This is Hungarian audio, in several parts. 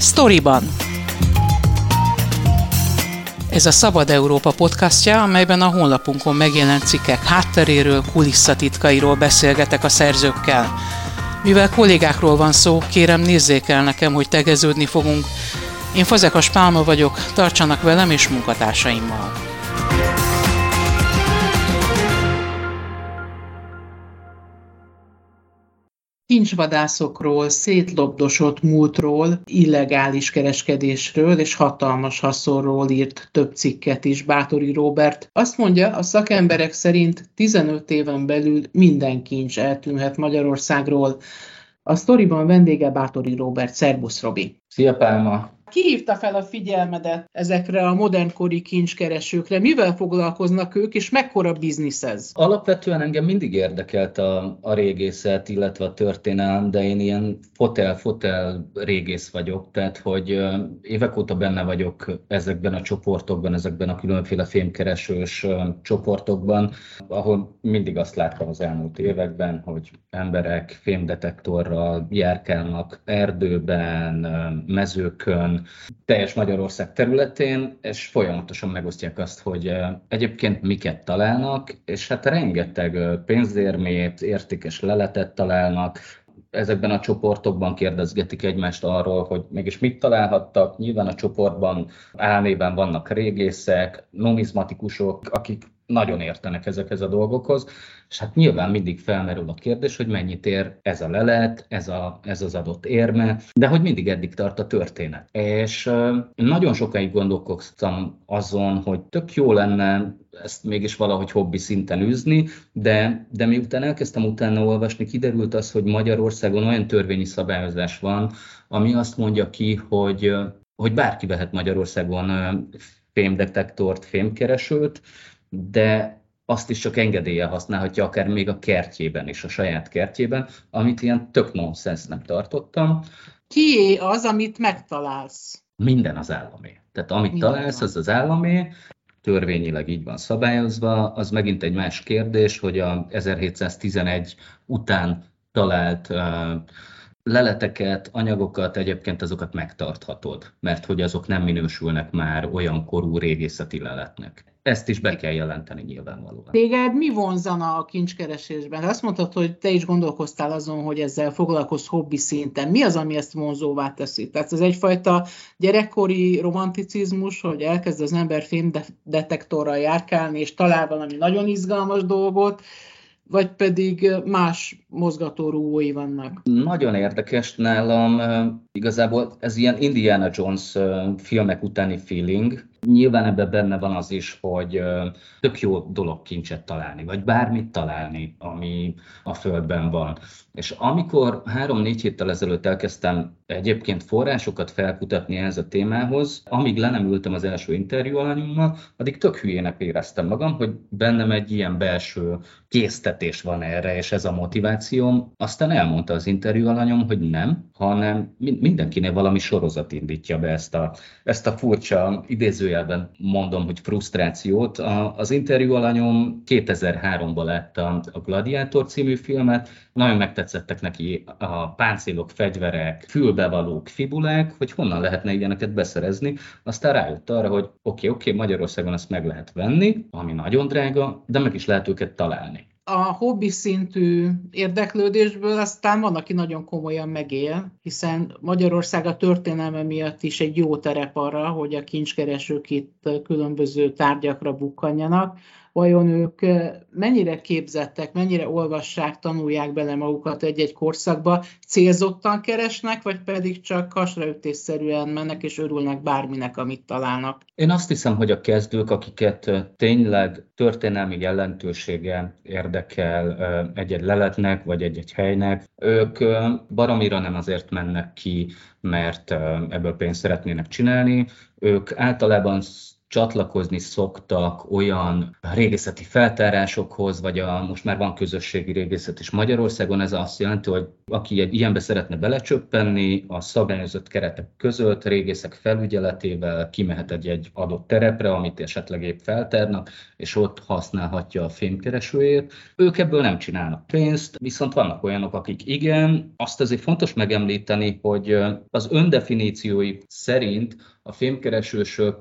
Sztoriban. Ez a Szabad Európa podcastja, amelyben a honlapunkon megjelent cikkek hátteréről, kulisszatitkairól beszélgetek a szerzőkkel. Mivel kollégákról van szó, kérem nézzék el nekem, hogy tegeződni fogunk. Én Fazekas Pálma vagyok, tartsanak velem és munkatársaimmal. Kincsvadászokról, szétlobdosott múltról, illegális kereskedésről és hatalmas haszonról írt több cikket is Báthori Róbert. Azt mondja, a szakemberek szerint 15 éven belül minden kincs eltűnhet Magyarországról. A sztoriban vendége Báthori Róbert. Szerbusz, Robi! Szia, Pálma! Ki hívta fel a figyelmedet ezekre a modernkori kincskeresőkre? Mivel foglalkoznak ők, és mekkora biznisz ez? Alapvetően engem mindig érdekelt a régészet, illetve a történelem, de én ilyen fotel régész vagyok, tehát hogy évek óta benne vagyok ezekben a csoportokban, ezekben a különféle fémkeresős csoportokban, ahol mindig azt láttam az elmúlt években, hogy emberek fémdetektorral járkálnak erdőben, mezőkön, teljes Magyarország területén, és folyamatosan megosztják azt, hogy egyébként miket találnak, és hát rengeteg pénzérmét, értékes leletet találnak. Ezekben a csoportokban kérdezgetik egymást arról, hogy mégis mit találhattak. Nyilván a csoportban álnéven vannak régészek, numizmatikusok, akik nagyon értenek ezekhez a dolgokhoz, és hát nyilván mindig felmerül a kérdés, hogy mennyit ér ez a lelet, ez az adott érme, de hogy mindig eddig tart a történet. És nagyon sokáig gondolkoztam azon, hogy tök jó lenne ezt mégis valahogy hobbi szinten űzni, de miután elkezdtem utána olvasni, kiderült az, hogy Magyarországon olyan törvényi szabályozás van, ami azt mondja ki, hogy bárki vehet Magyarországon fémdetektort, fémkeresőt, de azt is csak engedéllyel használhatja, akár még a kertjében is, a saját kertjében, amit ilyen tök nonsensnek tartottam. Kié az, amit megtalálsz? Minden az államé. Tehát amit minden találsz, az az államé, törvényileg így van szabályozva. Az megint egy más kérdés, hogy a 1711 után talált leleteket, anyagokat, egyébként azokat megtarthatod, mert hogy azok nem minősülnek már olyan korú régészeti leletnek. Ezt is be kell jelenteni nyilvánvalóan. Téged mi vonzana a kincskeresésben? Azt mondtad, hogy te is gondolkoztál azon, hogy ezzel foglalkozz hobbi szinten. Mi az, ami ezt vonzóvá teszi? Tehát ez egyfajta gyerekkori romanticizmus, hogy elkezd az ember fémdetektorral járkálni, és talál valami nagyon izgalmas dolgot, vagy pedig más mozgatórugói vannak? Nagyon érdekes nálam, igazából ez ilyen Indiana Jones filmek utáni feeling. Nyilván ebben benne van az is, hogy tök jó dolog kincset találni, vagy bármit találni, ami a földben van. És amikor 3-4 héttel ezelőtt elkezdtem egyébként forrásokat felkutatni ehhez a témához, amíg le nem ültem az első interjú alanyommal, addig tök hülyének éreztem magam, hogy bennem egy ilyen belső késztetés van erre, és ez a motivációm. Aztán elmondta az interjú alanyom, hogy nem, hanem mindenkinél valami sorozat indítja be ezt a furcsa, idézőjelben mondom, hogy frusztrációt. Az interjú alanyom 2003-ban látta a Gladiátor című filmet, nagyon megtetszettek neki a páncélok, fegyverek, fülbevalók, fibulák, hogy honnan lehetne ilyeneket beszerezni. Aztán rájött arra, hogy oké, Magyarországon ezt meg lehet venni, ami nagyon drága, de meg is lehet őket találni. A hobbi szintű érdeklődésből aztán van, aki nagyon komolyan megél, hiszen Magyarország a történelme miatt is egy jó terep arra, hogy a kincskeresők itt különböző tárgyakra bukkanjanak. Vajon ők mennyire képzettek, mennyire olvassák, tanulják bele magukat egy-egy korszakba, célzottan keresnek, vagy pedig csak hasraütésszerűen mennek és örülnek bárminek, amit találnak? Én azt hiszem, hogy a kezdők, akiket tényleg történelmi jelentősége érdekel egy-egy leletnek, vagy egy-egy helynek, ők baromira nem azért mennek ki, mert ebből pénzt szeretnének csinálni. Ők általában csatlakozni szoktak olyan régészeti feltárásokhoz, vagy most már van közösségi régészet is Magyarországon, ez azt jelenti, hogy aki egy ilyenbe szeretne belecsöppenni, a szabályozott keretek között régészek felügyeletével kimehet egy adott terepre, amit esetleg épp feltárnak, és ott használhatja a fémkeresőjét. Ők ebből nem csinálnak pénzt, viszont vannak olyanok, akik igen. Azt azért fontos megemlíteni, hogy az öndefiníciói szerint a fémkeresősök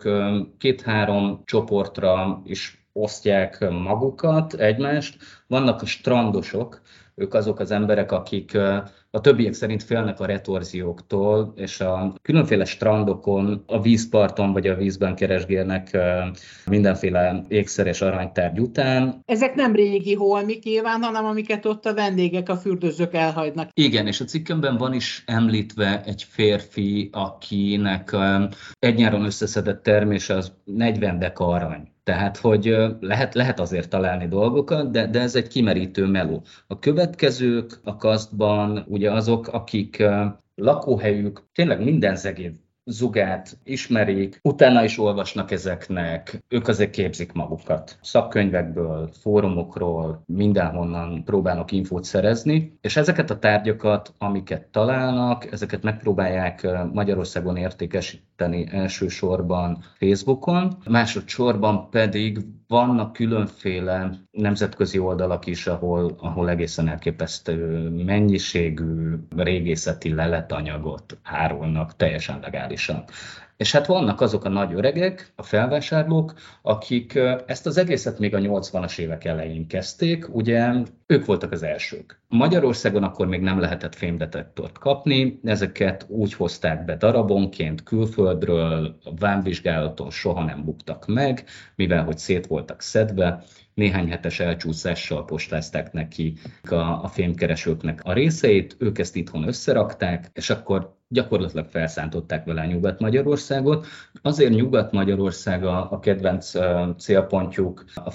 2-3 csoportra is osztják magukat, egymást. Vannak a strandosok, ők azok az emberek, akik a többiek szerint félnek a retorzióktól, és a különféle strandokon, a vízparton vagy a vízben keresgélnek mindenféle ékszeres aranytárgy után. Ezek nem régi holmik nyilván, hanem amiket ott a vendégek, a fürdőzők elhagynak. Igen, és a cikkemben van is említve egy férfi, akinek egy nyáron összeszedett termése az 40 deka arany. Tehát, hogy lehet azért találni dolgokat, de ez egy kimerítő meló. A következők a kasztban ugye azok, akik lakóhelyük tényleg minden zegéd zugát ismerik, utána is olvasnak ezeknek, ők azért képzik magukat. Szakkönyvekből, fórumokról, mindenhonnan próbálnak infót szerezni, és ezeket a tárgyakat, amiket találnak, ezeket megpróbálják Magyarországon értékesíteni elsősorban Facebookon, másodszorban pedig vannak különféle nemzetközi oldalak is, ahol egészen elképesztő mennyiségű régészeti leletanyagot árulnak teljesen legálisan. És hát vannak azok a nagy öregek, a felvásárlók, akik ezt az egészet még a 80-as évek elején kezdték, ugye ők voltak az elsők. Magyarországon akkor még nem lehetett fémdetektort kapni, ezeket úgy hozták be darabonként külföldről, a vámvizsgálaton soha nem buktak meg, mivel hogy szét voltak szedve, néhány hetes elcsúszással postázták neki a fémkeresőknek a részeit, ők ezt itthon összerakták, és akkor gyakorlatilag felszántották vele Nyugat-Magyarországot. Azért Nyugat-Magyarország a kedvenc célpontjuk a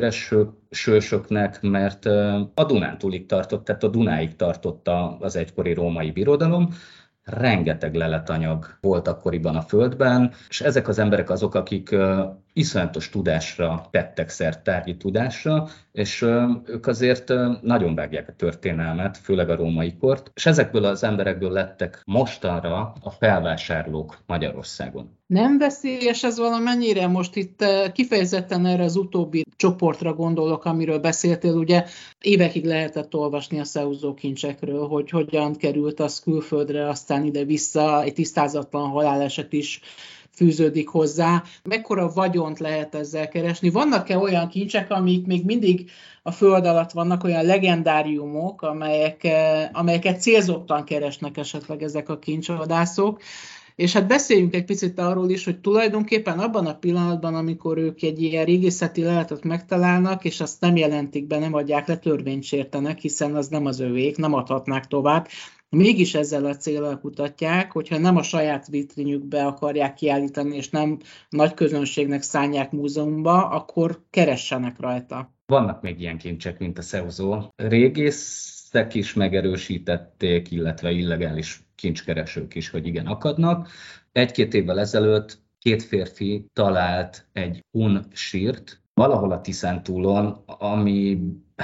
fémkeresősöknek, mert a Dunántúlig tartott, tehát a Dunáig tartott az egykori római birodalom. Rengeteg leletanyag volt akkoriban a földben, és ezek az emberek azok, akik iszonyatos tudásra tettek szert, tárgyi tudásra, és ők azért nagyon vágják a történelmet, főleg a római kort, és ezekből az emberekből lettek mostanra a felvásárlók Magyarországon. Nem veszélyes ez valamennyire? Most itt kifejezetten erre az utóbbi csoportra gondolok, amiről beszéltél, ugye évekig lehetett olvasni a szeúzó kincsekről, hogy hogyan került az külföldre, aztán ide-vissza, egy tisztázatlan haláleset is fűződik hozzá. Mekkora vagyont lehet ezzel keresni? Vannak-e olyan kincsek, amik még mindig a föld alatt vannak, olyan legendáriumok, amelyeket célzottan keresnek esetleg ezek a kincsvadászok? És hát beszéljünk egy picit arról is, hogy tulajdonképpen abban a pillanatban, amikor ők egy ilyen régészeti leletet megtalálnak, és azt nem jelentik be, nem adják le, törvényt sértenek, hiszen az nem az övék, nem adhatnák tovább. Mégis ezzel a céllal kutatják, hogyha nem a saját vitrínjükbe akarják kiállítani, és nem nagy közönségnek szánják múzeumba, akkor keressenek rajta. Vannak még ilyen kincsek, mint a szeúzó. Régészek is megerősítették, illetve illegális kincskeresők is, hogy igen, akadnak. 1-2 évvel ezelőtt 2 férfi talált egy hun sírt valahol a Tiszántúlon, ami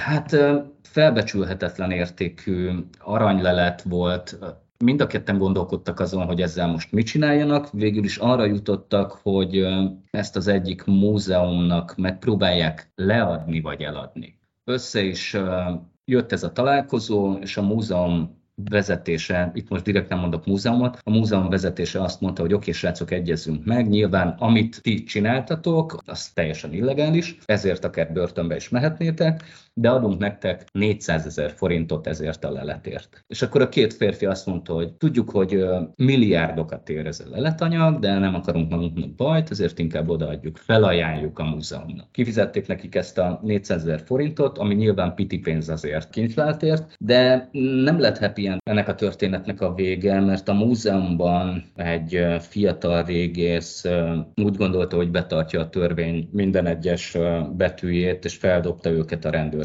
felbecsülhetetlen értékű aranylelet volt. Mind a ketten gondolkodtak azon, hogy ezzel most mit csináljanak. Végül is arra jutottak, hogy ezt az egyik múzeumnak megpróbálják leadni vagy eladni. Össze is jött ez a találkozó, és a múzeum vezetése, itt most direkt nem mondok múzeumot, a múzeum vezetése azt mondta, hogy oké, srácok, egyezzünk meg, nyilván amit ti csináltatok, az teljesen illegális, ezért akár börtönbe is mehetnétek, de adunk nektek 400 000 forintot ezért a leletért. És akkor a 2 férfi azt mondta, hogy tudjuk, hogy milliárdokat ér ez a leletanyag, de nem akarunk magunknak bajt, ezért inkább odaadjuk, felajánljuk a múzeumnak. Kifizették nekik ezt a 400 000 forintot, ami nyilván piti pénz azért kincslátért, de nem lett happy ennek a történetnek a vége, mert a múzeumban egy fiatal régész úgy gondolta, hogy betartja a törvény minden egyes betűjét, és feldobta őket a rendőrség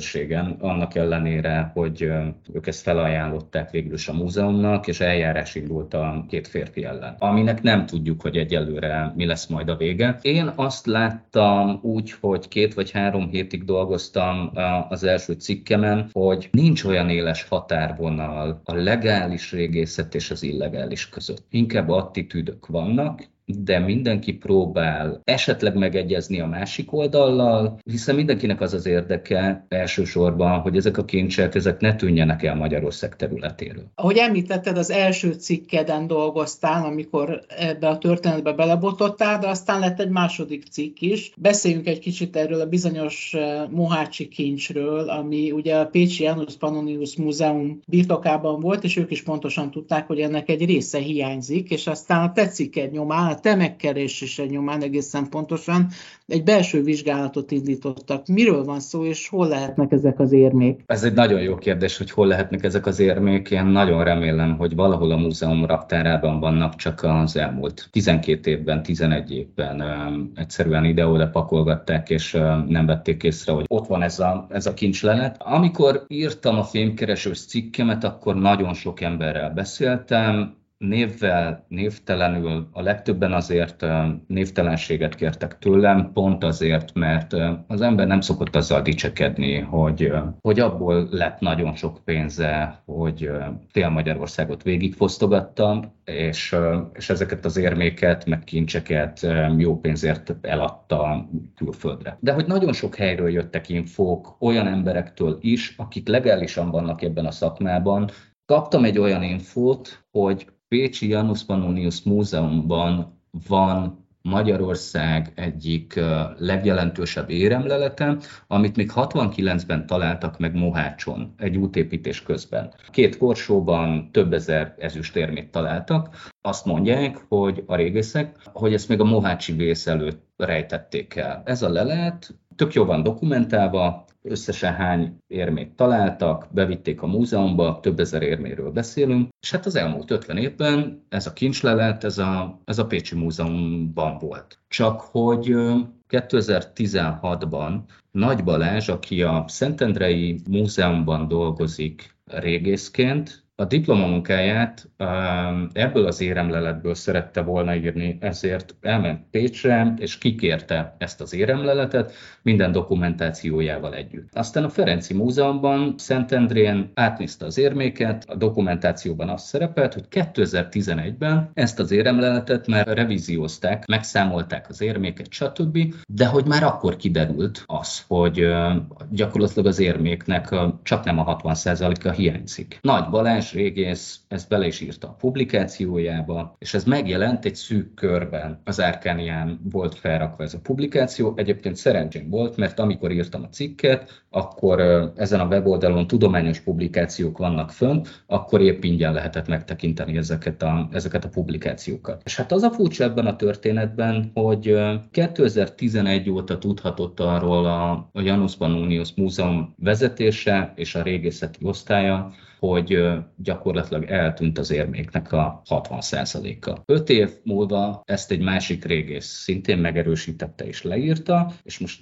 rendőrségen, annak ellenére, hogy ők ezt felajánlották végül is a múzeumnak, és eljárás indult a két férfi ellen, aminek nem tudjuk, hogy egyelőre mi lesz majd a vége. Én azt láttam úgy, hogy 2 vagy 3 hétig dolgoztam az első cikkemen, hogy nincs olyan éles határvonal a legális régészet és az illegális között. Inkább attitűdök vannak, de mindenki próbál esetleg megegyezni a másik oldallal, hiszen mindenkinek az az érdeke elsősorban, hogy ezek a kincsek ezek ne tűnjenek el Magyarország területéről. Ahogy említetted, az első cikkeden dolgoztál, amikor ebbe a történetbe belebotottál, de aztán lett egy második cikk is. Beszéljünk egy kicsit erről a bizonyos mohácsi kincsről, ami ugye a Pécsi Janus Pannonius Múzeum birtokában volt, és ők is pontosan tudták, hogy ennek egy része hiányzik, és aztán a te cikked nyomán, a te megkeresésed nyomán egészen pontosan egy belső vizsgálatot indítottak. Miről van szó, és hol lehetnek ezek az érmék? Ez egy nagyon jó kérdés, hogy hol lehetnek ezek az érmék. Én nagyon remélem, hogy valahol a múzeum raktárában vannak, csak az elmúlt 12 évben, 11 évben egyszerűen ide-oda pakolgatták, és nem vették észre, hogy ott van ez a kincslelet. Amikor írtam a fémkeresős cikkemet, akkor nagyon sok emberrel beszéltem, névvel, névtelenül, a legtöbben azért névtelenséget kértek tőlem, pont azért, mert az ember nem szokott azzal dicsekedni, hogy abból lett nagyon sok pénze, hogy Dél-Magyarországot végigfosztogattam, és ezeket az érméket, meg kincseket jó pénzért eladta külföldre. De hogy nagyon sok helyről jöttek infók, olyan emberektől is, akik legálisan vannak ebben a szakmában. Kaptam egy olyan infót, hogy Pécsi Janus Pannonius Múzeumban van Magyarország egyik legjelentősebb éremlelete, amit még 69-ben találtak meg Mohácson egy útépítés közben. 2 korsóban több ezer ezüstérmét találtak. Azt mondják, hogy a régészek, hogy ezt még a mohácsi vész előtt rejtették el. Ez a lelet tök jó van dokumentálva, összesen hány érmét találtak, bevitték a múzeumba, több ezer érméről beszélünk, és hát az elmúlt 50 évben ez a kincslelet, ez a Pécsi Múzeumban volt. Csak hogy 2016-ban Nagy Balázs, aki a Szentendrei Múzeumban dolgozik régészként, a diplomamunkáját ebből az éremleletből szerette volna írni, ezért elment Pécsre, és kikérte ezt az éremleletet minden dokumentációjával együtt. Aztán a Ferenci Múzeumban Szentendrén átnézte az érméket, a dokumentációban az szerepelt, hogy 2011-ben ezt az éremleletet már revíziózták, megszámolták az érméket, stb., de hogy már akkor kiderült az, hogy gyakorlatilag az érméknek csak nem a 60%-a hiányzik. Nagy Balázs régész ezt bele is írta a publikációjába, és ez megjelent egy szűk körben. Az Arcanián volt felrakva ez a publikáció. Egyébként szerencsém volt, mert amikor írtam a cikket, akkor ezen a weboldalon tudományos publikációk vannak fönt, akkor épp ingyen lehetett megtekinteni ezeket a publikációkat. És hát az a furcsa ebben a történetben, hogy 2011 óta tudhatott arról a Janus Pannonius Múzeum vezetése és a régészeti osztálya, hogy gyakorlatilag eltűnt az érméknek a 60%-a. 5 év múlva ezt egy másik régész szintén megerősítette és leírta, és most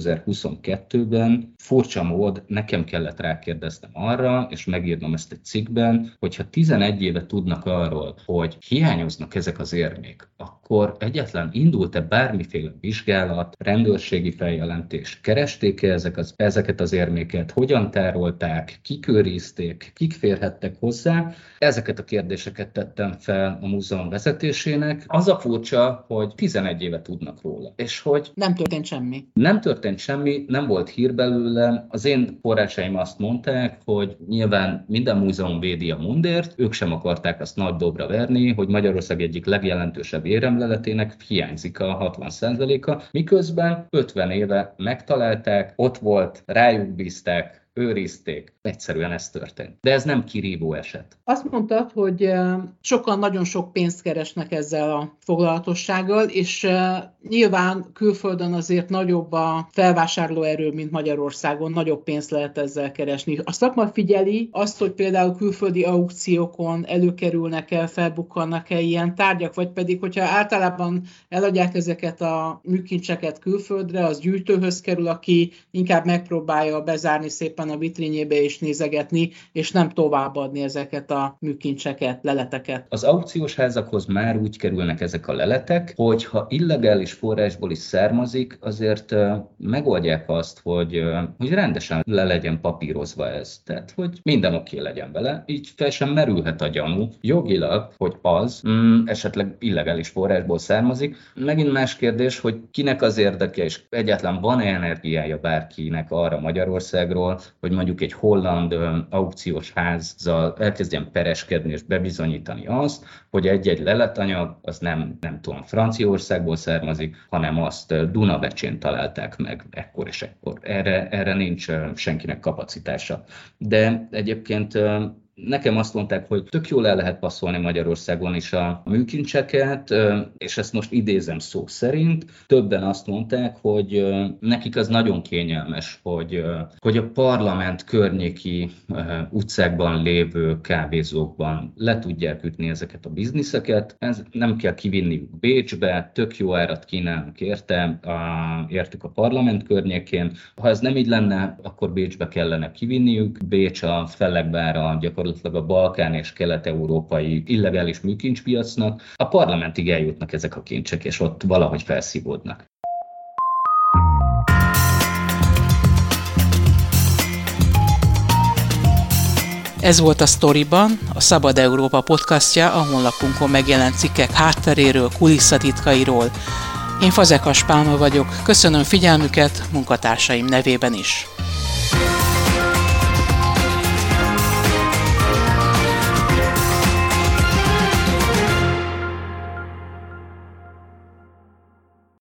2022-ben furcsa mód nekem kellett rákérdeznem arra, és megírnom ezt egy cikkben, hogyha 11 éve tudnak arról, hogy hiányoznak ezek az érmék, akkor egyetlen indult-e bármiféle vizsgálat, rendőrségi feljelentés, keresték-e ezeket az érméket, hogyan tárolták, kik őrizték, kik férhettek hozzá. Ezeket a kérdéseket tettem fel a múzeum vezetésének. Az a furcsa, hogy 11 éve tudnak róla. És hogy nem történt semmi. Nem történt semmi, nem volt hír belőle. Az én forrásaim azt mondták, hogy nyilván minden múzeum védi a mundért, ők sem akarták azt nagy dobra verni, hogy Magyarország egyik legjelentősebb éremleletének hiányzik a 60%-a, miközben 50 éve megtalálták, ott volt, rájuk bízták, őrizték. Egyszerűen ez történt. De ez nem kirívó eset. Azt mondtad, hogy sokan nagyon sok pénzt keresnek ezzel a foglalatossággal, és nyilván külföldön azért nagyobb a felvásárlóerő, mint Magyarországon, nagyobb pénzt lehet ezzel keresni. A szakma figyeli azt, hogy például külföldi aukciókon előkerülnek-e, felbukkannak-e ilyen tárgyak, vagy pedig, hogyha általában eladják ezeket a műkincseket külföldre, az gyűjtőhöz kerül, aki inkább megpróbálja bezárni szépen a vitrínjébe és nézegetni, és nem továbbadni ezeket a műkincseket, leleteket. Az aukciós házakhoz már úgy kerülnek ezek a leletek, hogy ha illegális forrásból is származik, azért megoldják azt, hogy rendesen le legyen papírozva ez. Tehát, hogy minden oké legyen vele, így fel sem merülhet a gyanú jogilag, hogy az esetleg illegális forrásból származik. Megint más kérdés, hogy kinek az érdeke, és egyáltalán van-e energiája bárkinek arra Magyarországról, hogy mondjuk egy holland aukciós házzal elkezdjen pereskedni és bebizonyítani azt, hogy egy-egy leletanyag az nem tudom, Franciaországból származik, hanem azt Dunabecsén találták meg ekkor és ekkor. Erre nincs senkinek kapacitása. De egyébként nekem azt mondták, hogy tök jól el lehet passzolni Magyarországon is a műkincseket, és ezt most idézem szó szerint. Többen azt mondták, hogy nekik az nagyon kényelmes, hogy a parlament környéki utcákban lévő kávézókban le tudják ütni ezeket a bizniszeket. Ez nem kell kivinniük Bécsbe, tök jó árat kínálnak értük a parlament környékén. Ha ez nem így lenne, akkor Bécsbe kellene kivinniük. Bécs a fellegvára gyakorlatilag a balkán és kelet-európai illegális műkincspiacnak, a parlamentig eljutnak ezek a kincsek, és ott valahogy felszívódnak. Ez volt a Sztoriban, a Szabad Európa podcastja, a honlapunkon megjelent cikkek hátteréről, kulisszatitkairól. Én Fazekas Pálma vagyok, köszönöm figyelmüket munkatársaim nevében is.